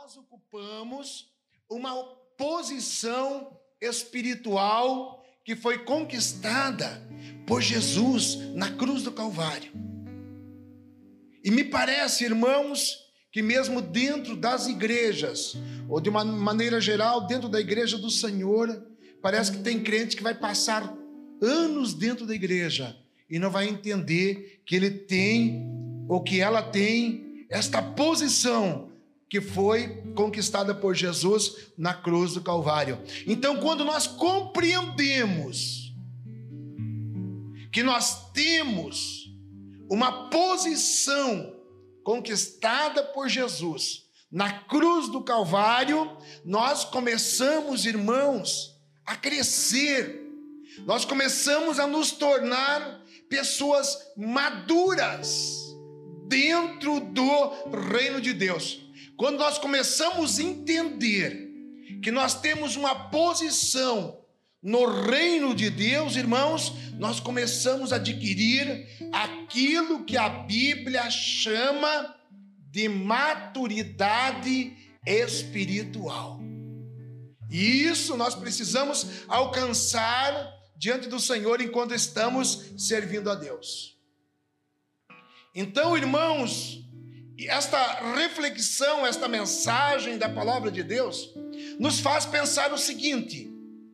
nós ocupamos uma posição espiritual que foi conquistada por Jesus na cruz do Calvário. E me parece, irmãos, que mesmo dentro das igrejas, ou de uma maneira geral, dentro da igreja do Senhor, parece que tem crente que vai passar anos dentro da igreja e não vai entender que ele tem, ou que ela tem, esta posição que foi conquistada por Jesus na cruz do Calvário. Então, quando nós compreendemos que nós temos uma posição conquistada por Jesus na cruz do Calvário, nós começamos, irmãos, a crescer. Nós começamos a nos tornar pessoas maduras dentro do reino de Deus. Quando nós começamos a entender que nós temos uma posição no reino de Deus, irmãos, nós começamos a adquirir aquilo que a Bíblia chama de maturidade espiritual. E isso nós precisamos alcançar diante do Senhor enquanto estamos servindo a Deus. Então, irmãos, esta reflexão, esta mensagem da palavra de Deus nos faz pensar o seguinte: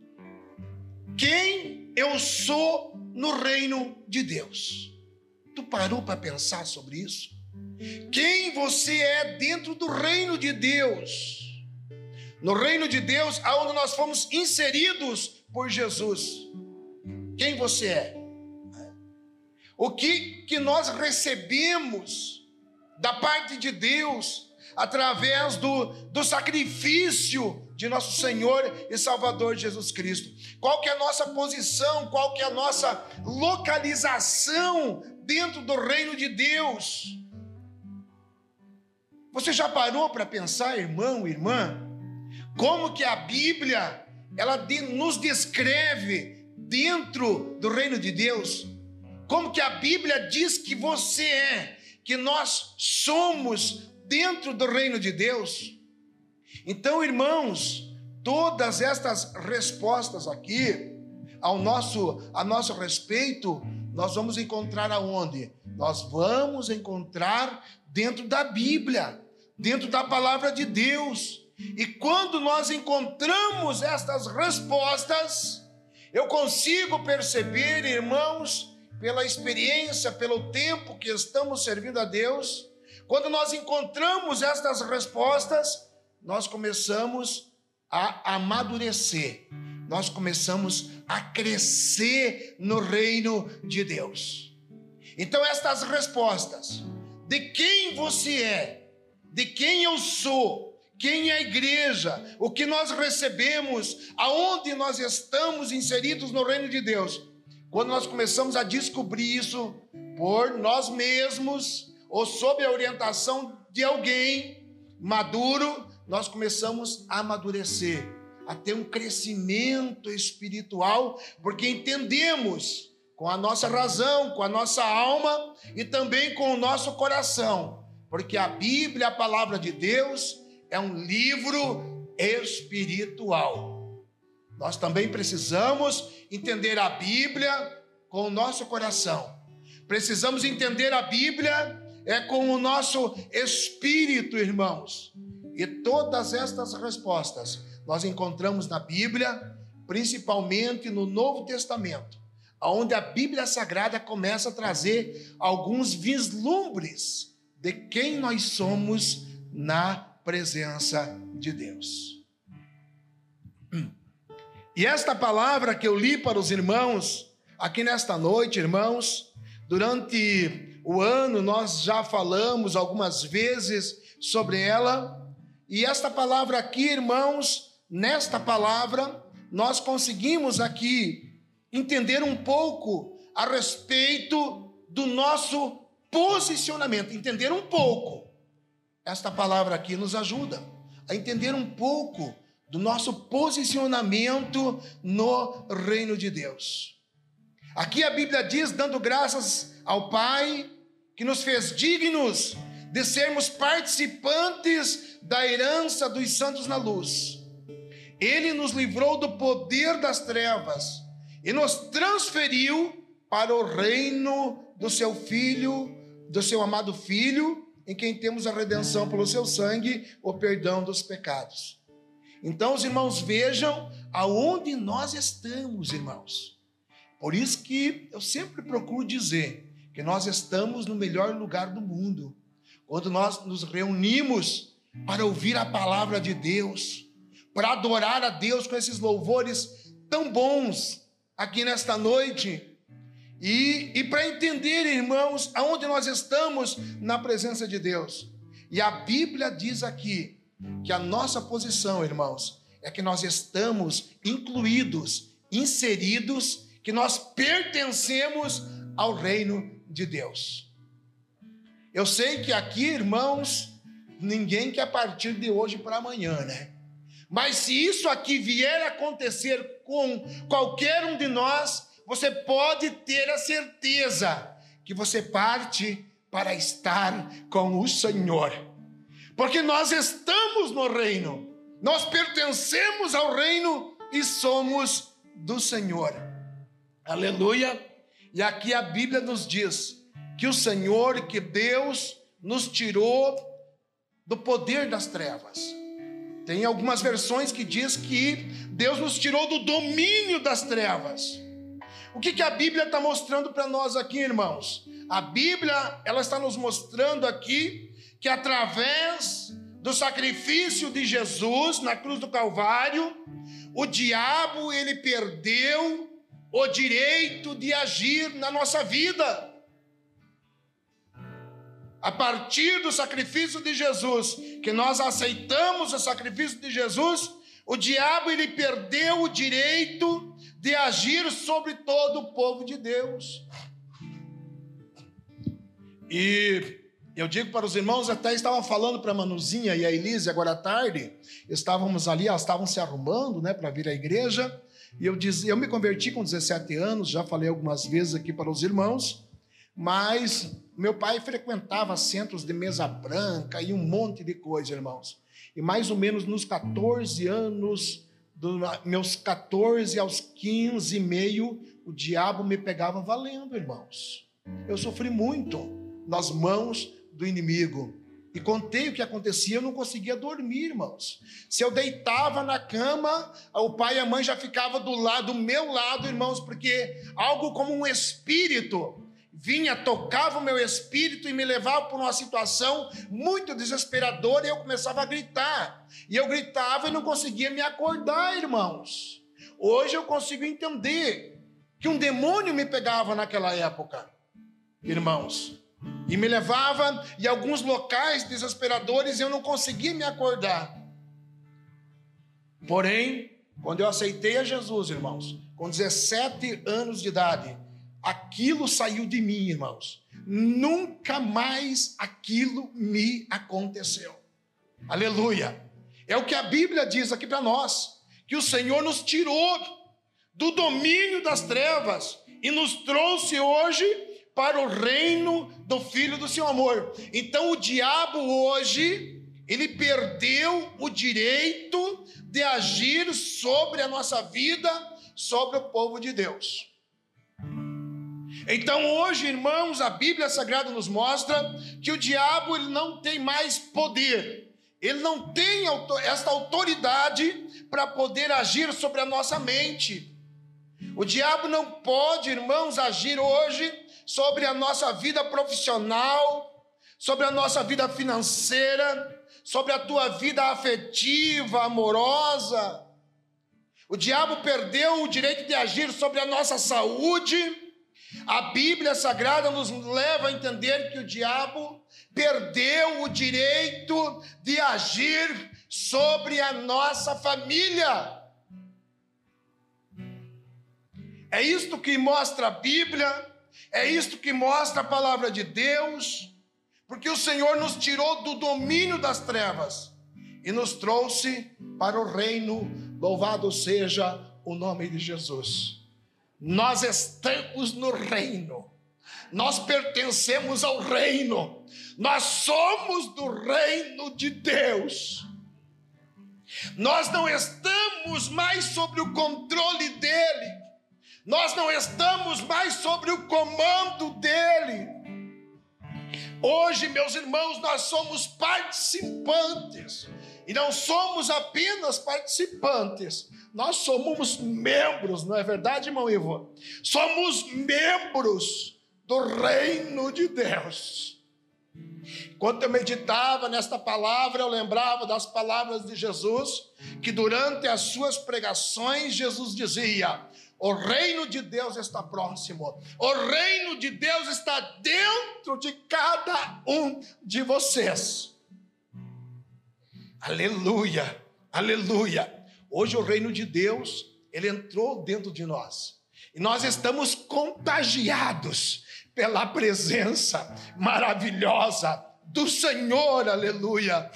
quem eu sou no reino de Deus? Tu parou para pensar sobre isso? Quem você é dentro do reino de Deus? No reino de Deus, aonde nós fomos inseridos por Jesus. Quem você é? O que nós recebemos da parte de Deus através do sacrifício de nosso Senhor e Salvador Jesus Cristo? Qual que é a nossa posição? Qual que é a nossa localização dentro do reino de Deus? Você já parou para pensar, irmão, irmã, como que a Bíblia ela nos descreve dentro do reino de Deus? Como que a Bíblia diz que você é, que nós somos dentro do reino de Deus? Então, irmãos, todas estas respostas aqui a nosso respeito, nós vamos encontrar aonde? Nós vamos encontrar dentro da Bíblia, dentro da palavra de Deus. E quando nós encontramos estas respostas, eu consigo perceber, irmãos, pela experiência, pelo tempo que estamos servindo a Deus, quando nós encontramos estas respostas, nós começamos a amadurecer, nós começamos a crescer no reino de Deus. Então estas respostas, de quem você é, de quem eu sou, quem é a igreja, o que nós recebemos, aonde nós estamos inseridos no reino de Deus, quando nós começamos a descobrir isso por nós mesmos, ou sob a orientação de alguém maduro, nós começamos a amadurecer, a ter um crescimento espiritual, porque entendemos com a nossa razão, com a nossa alma e também com o nosso coração, porque a Bíblia, a palavra de Deus, é um livro espiritual. Nós também precisamos entender a Bíblia com o nosso coração. Precisamos entender a Bíblia com o nosso espírito, irmãos. E todas estas respostas nós encontramos na Bíblia, principalmente no Novo Testamento, onde a Bíblia Sagrada começa a trazer alguns vislumbres de quem nós somos na presença de Deus. E esta palavra que eu li para os irmãos aqui nesta noite, irmãos, durante o ano nós já falamos algumas vezes sobre ela, e esta palavra aqui, irmãos, nesta palavra nós conseguimos aqui entender um pouco a respeito do nosso posicionamento, entender um pouco. Esta palavra aqui nos ajuda a entender um pouco do nosso posicionamento no reino de Deus. Aqui a Bíblia diz, dando graças ao Pai, que nos fez dignos de sermos participantes da herança dos santos na luz. Ele nos livrou do poder das trevas e nos transferiu para o reino do seu Filho, do seu amado Filho, em quem temos a redenção pelo seu sangue, o perdão dos pecados. Então, os irmãos, vejam aonde nós estamos, irmãos. Por isso que eu sempre procuro dizer que nós estamos no melhor lugar do mundo, quando nós nos reunimos para ouvir a palavra de Deus, para adorar a Deus com esses louvores tão bons aqui nesta noite, e para entender, irmãos, aonde nós estamos na presença de Deus. E a Bíblia diz aqui que a nossa posição, irmãos, é que nós estamos incluídos, inseridos, que nós pertencemos ao reino de Deus. Eu sei que aqui, irmãos, ninguém quer partir de hoje para amanhã, né? Mas se isso aqui vier a acontecer com qualquer um de nós, você pode ter a certeza que você parte para estar com o Senhor. Porque nós estamos no reino, nós pertencemos ao reino e somos do Senhor. Aleluia! E aqui a Bíblia nos diz que o Senhor, que Deus nos tirou do poder das trevas. Tem algumas versões que diz que Deus nos tirou do domínio das trevas. O que a Bíblia está mostrando para nós aqui, irmãos? A Bíblia, ela está nos mostrando aqui que através do sacrifício de Jesus na cruz do Calvário, o diabo, ele perdeu o direito de agir na nossa vida. A partir do sacrifício de Jesus, que nós aceitamos o sacrifício de Jesus, o diabo, ele perdeu o direito de agir sobre todo o povo de Deus. E eu digo para os irmãos, até estava falando para a Manuzinha e a Elise agora à tarde, estávamos ali, elas estavam se arrumando, né, para vir à igreja, e eu me converti com 17 anos, já falei algumas vezes aqui para os irmãos, mas meu pai frequentava centros de mesa branca e um monte de coisa, irmãos. E mais ou menos nos 14 anos, dos meus 14 aos 15 e meio, o diabo me pegava valendo, irmãos. Eu sofri muito nas mãos do inimigo. E contei o que acontecia, eu não conseguia dormir, irmãos. Se eu deitava na cama, o pai e a mãe já ficavam do meu lado, irmãos, porque algo como um espírito vinha, tocava o meu espírito e me levava para uma situação muito desesperadora, e eu começava a gritar. E eu gritava e não conseguia me acordar, irmãos. Hoje eu consigo entender que um demônio me pegava naquela época, irmãos, e me levava em alguns locais desesperadores e eu não conseguia me acordar. Porém, quando eu aceitei a Jesus, irmãos, com 17 anos de idade, aquilo saiu de mim, irmãos. Nunca mais aquilo me aconteceu. Aleluia. É o que a Bíblia diz aqui para nós, que o Senhor nos tirou do domínio das trevas e nos trouxe hoje para o reino do Filho do seu amor. Então o diabo hoje, ele perdeu o direito de agir sobre a nossa vida, sobre o povo de Deus. Então hoje, irmãos, a Bíblia Sagrada nos mostra que o diabo, ele não tem mais poder. Ele não tem esta autoridade para poder agir sobre a nossa mente. O diabo não pode, irmãos, agir hoje sobre a nossa vida profissional, sobre a nossa vida financeira, sobre a tua vida afetiva, amorosa. O diabo perdeu o direito de agir sobre a nossa saúde. A Bíblia Sagrada nos leva a entender que o diabo perdeu o direito de agir sobre a nossa família. É isto que mostra a Bíblia, é isto que mostra a palavra de Deus, porque o Senhor nos tirou do domínio das trevas e nos trouxe para o reino. Louvado seja o nome de Jesus. Nós estamos no reino. Nós pertencemos ao reino. Nós somos do reino de Deus. Nós não estamos mais sobre o controle dele. Nós não estamos mais sobre o comando dele. Hoje, meus irmãos, nós somos participantes. E não somos apenas participantes. Nós somos membros, não é verdade, irmão Ivo? Somos membros do reino de Deus. Quando eu meditava nesta palavra, eu lembrava das palavras de Jesus, que durante as suas pregações, Jesus dizia: o reino de Deus está próximo, o reino de Deus está dentro de cada um de vocês. Aleluia, aleluia. Hoje o reino de Deus, ele entrou dentro de nós, e nós estamos contagiados pela presença maravilhosa do Senhor, aleluia.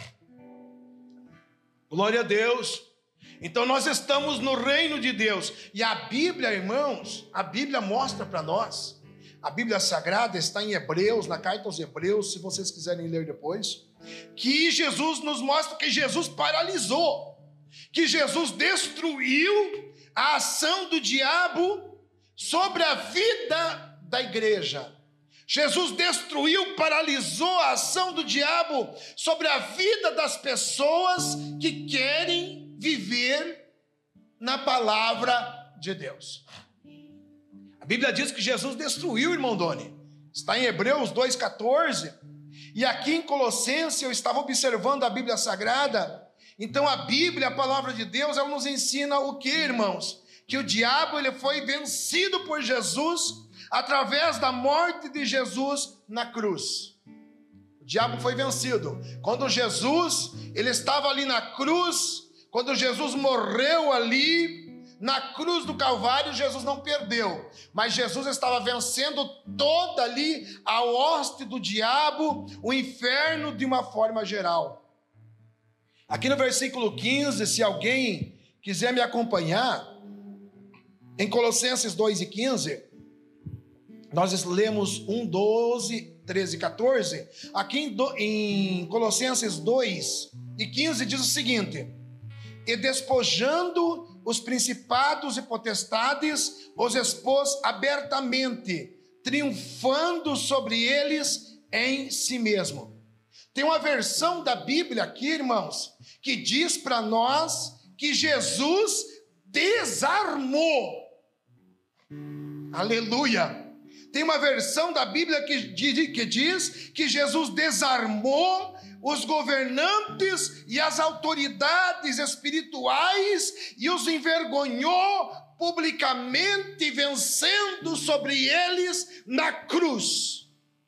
Glória a Deus. Então nós estamos no reino de Deus, e a Bíblia, irmãos, a Bíblia mostra para nós, a Bíblia Sagrada está em Hebreus, na carta aos Hebreus, se vocês quiserem ler depois, que Jesus nos mostra que Jesus paralisou, que Jesus destruiu a ação do diabo sobre a vida da igreja. Jesus destruiu, paralisou a ação do diabo sobre a vida das pessoas que querem viver na palavra de Deus. A Bíblia diz que Jesus destruiu, irmão Doni. Está em Hebreus 2,14. E aqui em Colossenses eu estava observando a Bíblia Sagrada. Então a Bíblia, a palavra de Deus, ela nos ensina o que, irmãos? Que o diabo ele foi vencido por Jesus através da morte de Jesus na cruz. O diabo foi vencido. Quando Jesus, ele estava ali na cruz, quando Jesus morreu ali, na cruz do Calvário, Jesus não perdeu, mas Jesus estava vencendo toda ali a hoste do diabo, o inferno de uma forma geral. Aqui no versículo 15, se alguém quiser me acompanhar, em Colossenses 2:15, nós lemos 1, 12, 13 e 14. Aqui em Colossenses 2:15 diz o seguinte: e despojando os principados e potestades, os expôs abertamente, triunfando sobre eles em si mesmo. Tem uma versão da Bíblia aqui, irmãos, que diz para nós que Jesus desarmou. Aleluia! Tem uma versão da Bíblia que diz que Jesus desarmou os governantes e as autoridades espirituais e os envergonhou publicamente, vencendo sobre eles na cruz.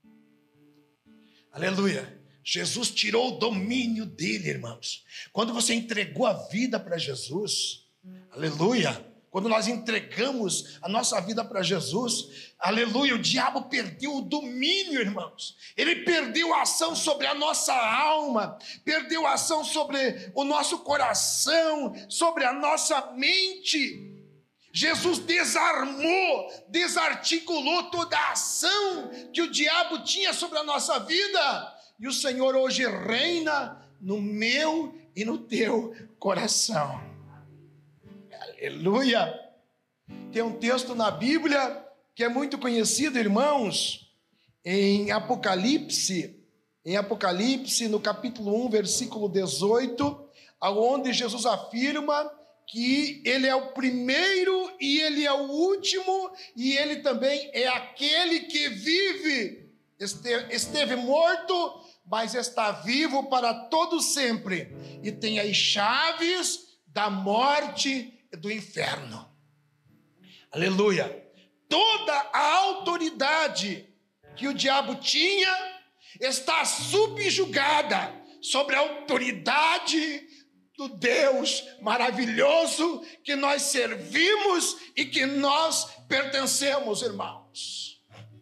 Aleluia! Jesus tirou o domínio dele, irmãos. Quando você entregou a vida para Jesus, aleluia! Quando nós entregamos a nossa vida para Jesus, aleluia, o diabo perdeu o domínio, irmãos. Ele perdeu a ação sobre a nossa alma, perdeu a ação sobre o nosso coração, sobre a nossa mente. Jesus desarmou, desarticulou toda a ação que o diabo tinha sobre a nossa vida. E o Senhor hoje reina no meu e no teu coração. Aleluia! Tem um texto na Bíblia que é muito conhecido, irmãos, em Apocalipse, no capítulo 1, versículo 18, onde Jesus afirma que ele é o primeiro e ele é o último, e ele também é aquele que vive, esteve morto, mas está vivo para todo sempre, e tem as chaves da morte e do inferno. Aleluia! Toda a autoridade que o diabo tinha está subjugada sobre a autoridade do Deus maravilhoso que nós servimos e que nós pertencemos, irmãos.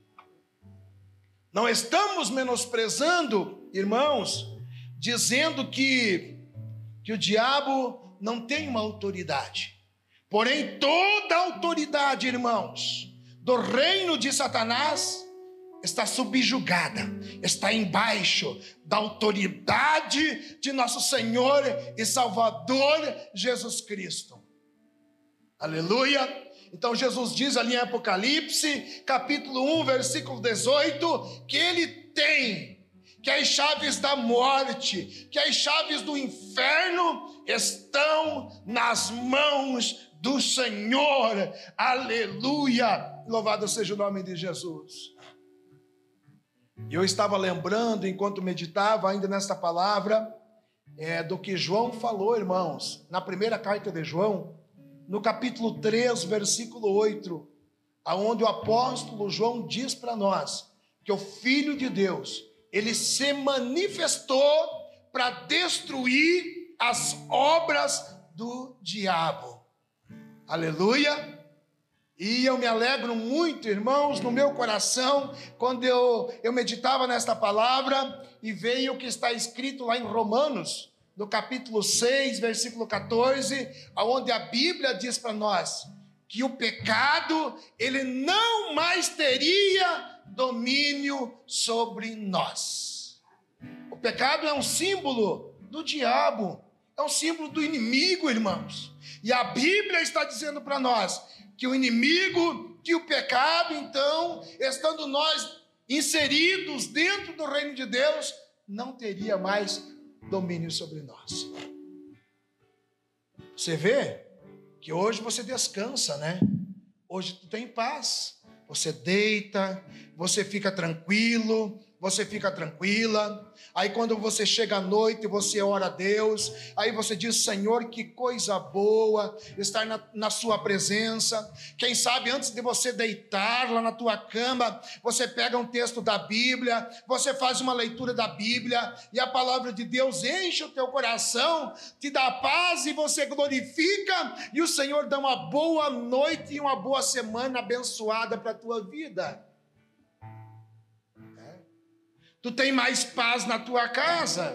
Não estamos menosprezando, irmãos, dizendo que o diabo não tem uma autoridade. Porém, toda a autoridade, irmãos, do reino de Satanás está subjugada, está embaixo da autoridade de nosso Senhor e Salvador Jesus Cristo. Aleluia! Então Jesus diz ali em Apocalipse, capítulo 1, versículo 18, que ele tem, que as chaves da morte, que as chaves do inferno estão nas mãos do Senhor. Aleluia! Louvado seja o nome de Jesus. E eu estava lembrando, enquanto meditava ainda nesta palavra, do que João falou, irmãos, na primeira carta de João, no capítulo 3, versículo 8, aonde o apóstolo João diz para nós que o Filho de Deus, ele se manifestou para destruir as obras do diabo. Aleluia! E eu me alegro muito, irmãos, no meu coração, quando eu meditava nesta palavra e veio o que está escrito lá em Romanos, no capítulo 6, versículo 14, onde a Bíblia diz para nós que o pecado, ele não mais teria domínio sobre nós. O pecado é um símbolo do diabo, é um símbolo do inimigo, irmãos. E a Bíblia está dizendo para nós que o inimigo, que o pecado, então, estando nós inseridos dentro do reino de Deus, não teria mais domínio sobre nós. Você vê que hoje você descansa, né? Hoje tu tem paz. Você deita, você fica tranquilo, você fica tranquila. Aí quando você chega à noite, você ora a Deus. Aí você diz: Senhor, que coisa boa estar na sua presença. Quem sabe antes de você deitar lá na tua cama, você pega um texto da Bíblia, você faz uma leitura da Bíblia, e a palavra de Deus enche o teu coração, te dá paz e você glorifica, e o Senhor dá uma boa noite e uma boa semana abençoada para a tua vida. Tu tem mais paz na tua casa.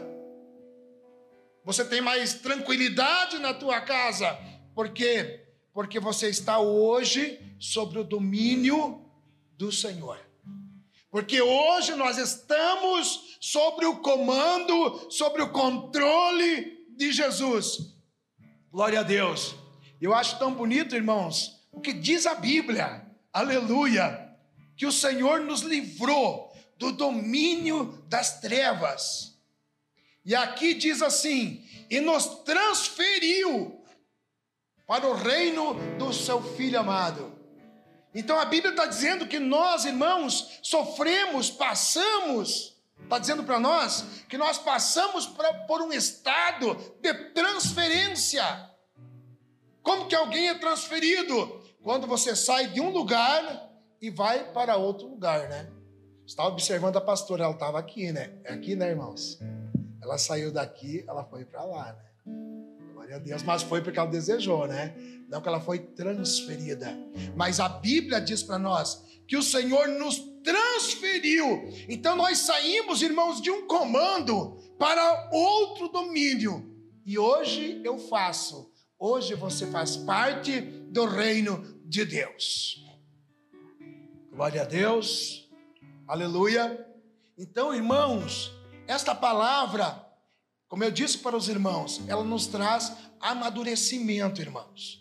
Você tem mais tranquilidade na tua casa. Por quê? Porque você está hoje sobre o domínio do Senhor. Porque hoje nós estamos sobre o comando, sobre o controle de Jesus. Glória a Deus. Eu acho tão bonito, irmãos, o que diz a Bíblia. Aleluia. Que o Senhor nos livrou do domínio das trevas. E aqui diz assim: e nos transferiu para o reino do seu Filho amado. Então a Bíblia está dizendo que nós, irmãos, sofremos, passamos, está dizendo para nós que nós passamos por um estado de transferência. Como que alguém é transferido? Quando você sai de um lugar e vai para outro lugar, né? Estava observando a pastora, ela estava aqui, né? É aqui, né, irmãos? Ela saiu daqui, ela foi para lá, né? Glória a Deus, mas foi porque ela desejou, né? Não que ela foi transferida. Mas a Bíblia diz para nós que o Senhor nos transferiu. Então nós saímos, irmãos, de um comando para outro domínio. E hoje eu faço. Hoje você faz parte do reino de Deus. Glória a Deus. Aleluia. Então, irmãos, esta palavra, como eu disse para os irmãos, ela nos traz amadurecimento, irmãos.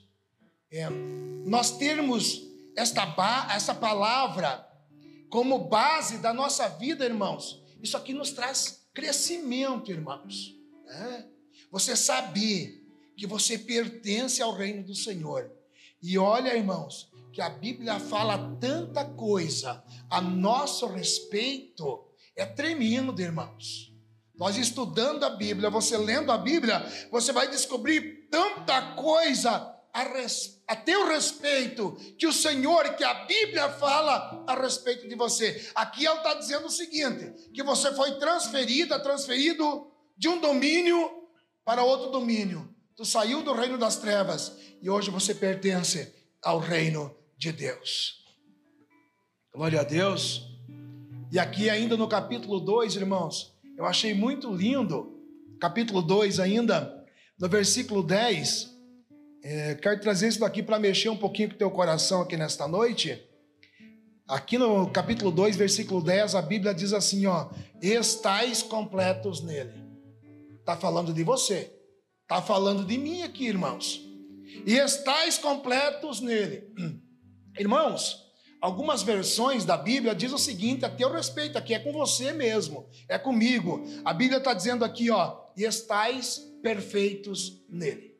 Nós termos essa palavra como base da nossa vida, irmãos, isso aqui nos traz crescimento, irmãos. Você saber que você pertence ao reino do Senhor. E olha, irmãos, que a Bíblia fala tanta coisa a nosso respeito, é tremendo, irmãos. Nós estudando a Bíblia, você lendo a Bíblia, você vai descobrir tanta coisa a teu respeito, que o Senhor, que a Bíblia fala a respeito de você. Aqui ela está dizendo o seguinte, que você foi transferido de um domínio para outro domínio. Tu saiu do reino das trevas e hoje você pertence ao reino de Deus. Glória a Deus. E aqui ainda no capítulo 2, irmãos, eu achei muito lindo, capítulo 2 ainda, no versículo 10, quero trazer isso daqui para mexer um pouquinho com o teu coração aqui nesta noite. Aqui no capítulo 2, versículo 10, a Bíblia diz assim, ó: estais completos nele. Está falando de você. Está falando de mim aqui, irmãos. E estais completos nele. Irmãos, algumas versões da Bíblia diz o seguinte, a teu respeito, aqui é com você mesmo, é comigo. A Bíblia está dizendo aqui, ó: e estais perfeitos nele.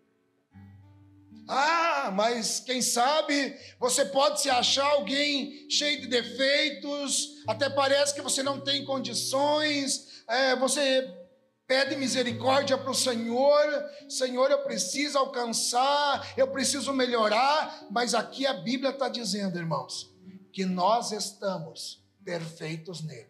Ah, mas quem sabe você pode se achar alguém cheio de defeitos, até parece que você não tem condições, você pede misericórdia para o Senhor, Senhor, eu preciso alcançar, eu preciso melhorar, mas aqui a Bíblia está dizendo, irmãos, que nós estamos perfeitos nele.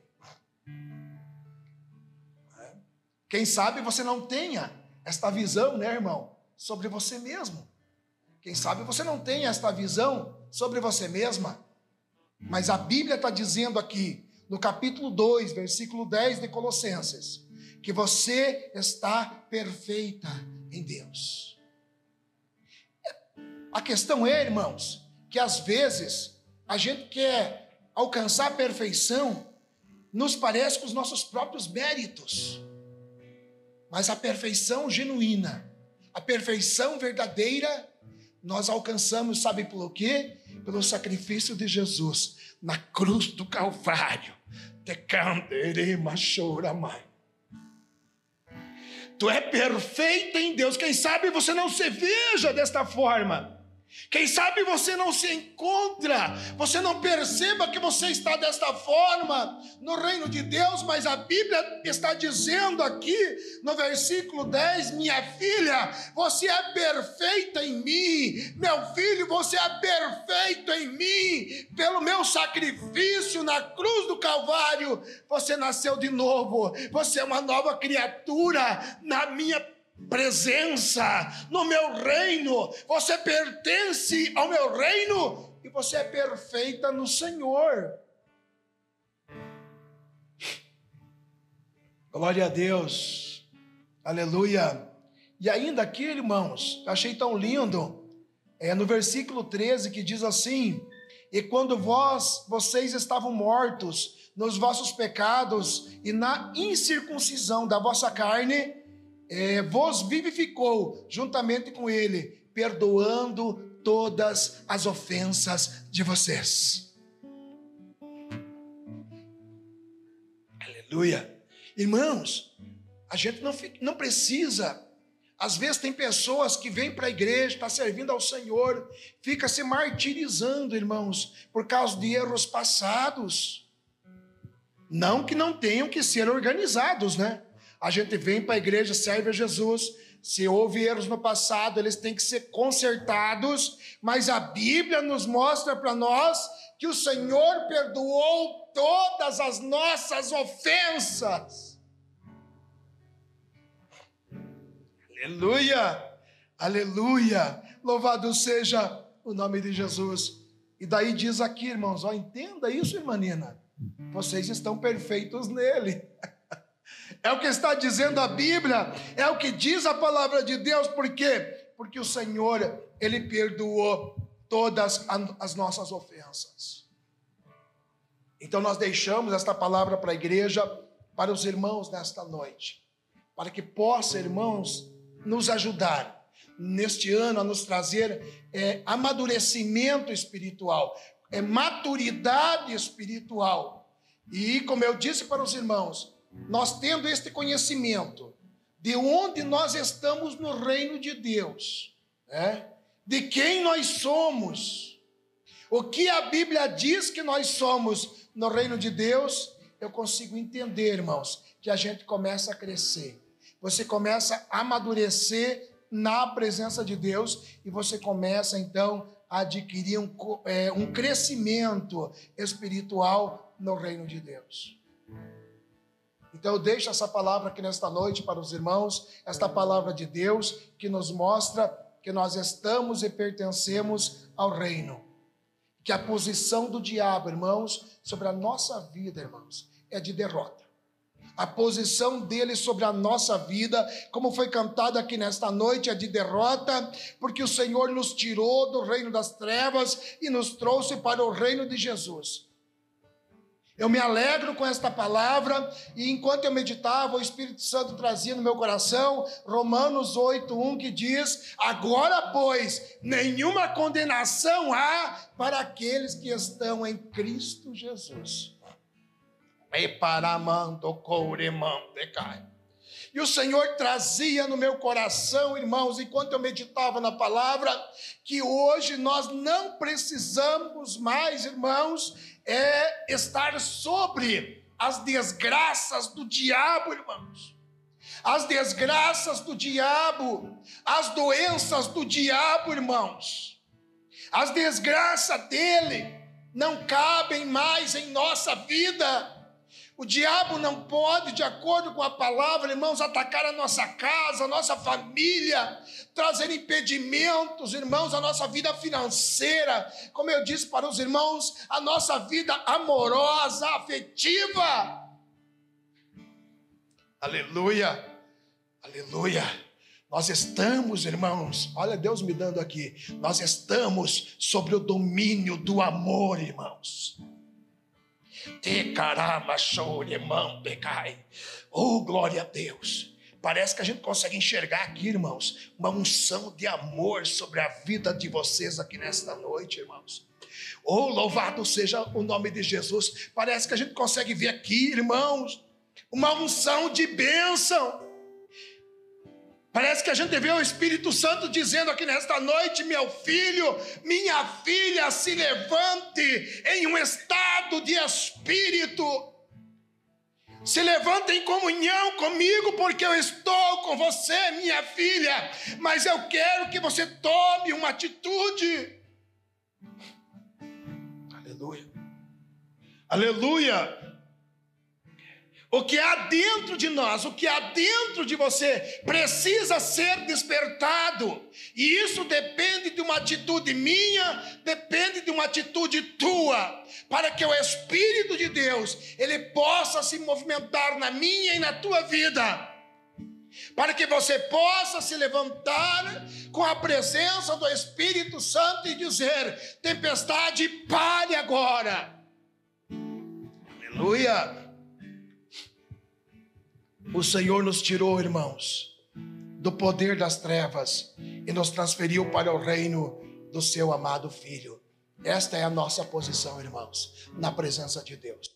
Quem sabe você não tenha esta visão, né, irmão, sobre você mesmo. Quem sabe você não tenha esta visão sobre você mesma. Mas a Bíblia está dizendo aqui, no capítulo 2, versículo 10 de Colossenses, que você está perfeita em Deus. A questão é, irmãos, que às vezes a gente quer alcançar a perfeição, nos parece com os nossos próprios méritos. Mas a perfeição genuína, a perfeição verdadeira, nós alcançamos, sabe pelo quê? Pelo sacrifício de Jesus na cruz do Calvário. Tu é perfeita em Deus. Quem sabe você não se veja desta forma. Quem sabe você não se encontra, você não perceba que você está desta forma no reino de Deus, mas a Bíblia está dizendo aqui no versículo 10, minha filha, você é perfeita em mim, meu filho, você é perfeito em mim, pelo meu sacrifício na cruz do Calvário, você nasceu de novo, você é uma nova criatura na minha presença, no meu reino, você pertence ao meu reino e você é perfeita no Senhor. Glória a Deus, aleluia. E ainda aqui, irmãos, achei tão lindo, no versículo 13 que diz assim: e quando vocês estavam mortos nos vossos pecados e na incircuncisão da vossa carne, vos vivificou juntamente com ele, perdoando todas as ofensas de vocês. Aleluia. Irmãos, a gente não precisa. Às vezes tem pessoas que vêm para a igreja, está servindo ao Senhor, fica se martirizando, irmãos, por causa de erros passados. Não que não tenham que ser organizados, né? A gente vem para a igreja, serve a Jesus. Se houve erros no passado, eles têm que ser consertados. Mas a Bíblia nos mostra para nós que o Senhor perdoou todas as nossas ofensas. Aleluia, aleluia. Louvado seja o nome de Jesus. E daí diz aqui, irmãos, entenda isso, irmã Nina. Vocês estão perfeitos nele. É o que está dizendo a Bíblia, é o que diz a palavra de Deus. Por quê? Porque o Senhor, Ele perdoou todas as nossas ofensas. Então nós deixamos esta palavra para a igreja, para os irmãos nesta noite, para que possa, irmãos, nos ajudar neste ano a nos trazer amadurecimento espiritual, maturidade espiritual. E como eu disse para os irmãos, nós tendo este conhecimento de onde nós estamos no reino de Deus, de quem nós somos, o que a Bíblia diz que nós somos no reino de Deus, eu consigo entender, irmãos, que a gente começa a crescer. Você começa a amadurecer na presença de Deus e você começa então a adquirir um crescimento espiritual no reino de Deus. Então eu deixo essa palavra aqui nesta noite para os irmãos, esta palavra de Deus que nos mostra que nós estamos e pertencemos ao reino. Que a posição do diabo, irmãos, sobre a nossa vida, irmãos, é de derrota. A posição dele sobre a nossa vida, como foi cantado aqui nesta noite, é de derrota, porque o Senhor nos tirou do reino das trevas e nos trouxe para o reino de Jesus. Eu me alegro com esta palavra, e enquanto eu meditava, o Espírito Santo trazia no meu coração Romanos 8:1, que diz: agora, pois, nenhuma condenação há para aqueles que estão em Cristo Jesus. E o Senhor trazia no meu coração, irmãos, enquanto eu meditava na palavra, que hoje nós não precisamos mais, irmãos, estar sobre as desgraças do diabo, irmãos. As desgraças do diabo, as doenças do diabo, irmãos. As desgraças dele não cabem mais em nossa vida. O diabo não pode, de acordo com a palavra, irmãos, atacar a nossa casa, a nossa família, trazer impedimentos, irmãos, à nossa vida financeira, como eu disse para os irmãos, a nossa vida amorosa, afetiva. Aleluia, aleluia. Nós estamos, irmãos, olha Deus me dando aqui, nós estamos sobre o domínio do amor, irmãos. Oh, glória a Deus. Parece que a gente consegue enxergar aqui, irmãos, uma unção de amor sobre a vida de vocês aqui nesta noite, irmãos. Oh, louvado seja o nome de Jesus. Parece que a gente consegue ver aqui, irmãos, uma unção de bênção. Parece que a gente vê o Espírito Santo dizendo aqui nesta noite: meu filho, minha filha, se levante em um estado de espírito. Se levante em comunhão comigo, porque eu estou com você, minha filha. Mas eu quero que você tome uma atitude. Aleluia. Aleluia. O que há dentro de nós, o que há dentro de você, precisa ser despertado. E isso depende de uma atitude minha, depende de uma atitude tua, para que o Espírito de Deus, ele possa se movimentar na minha e na tua vida. Para que você possa se levantar com a presença do Espírito Santo e dizer: tempestade, pare agora. Aleluia. O Senhor nos tirou, irmãos, do poder das trevas e nos transferiu para o reino do seu amado Filho. Esta é a nossa posição, irmãos, na presença de Deus.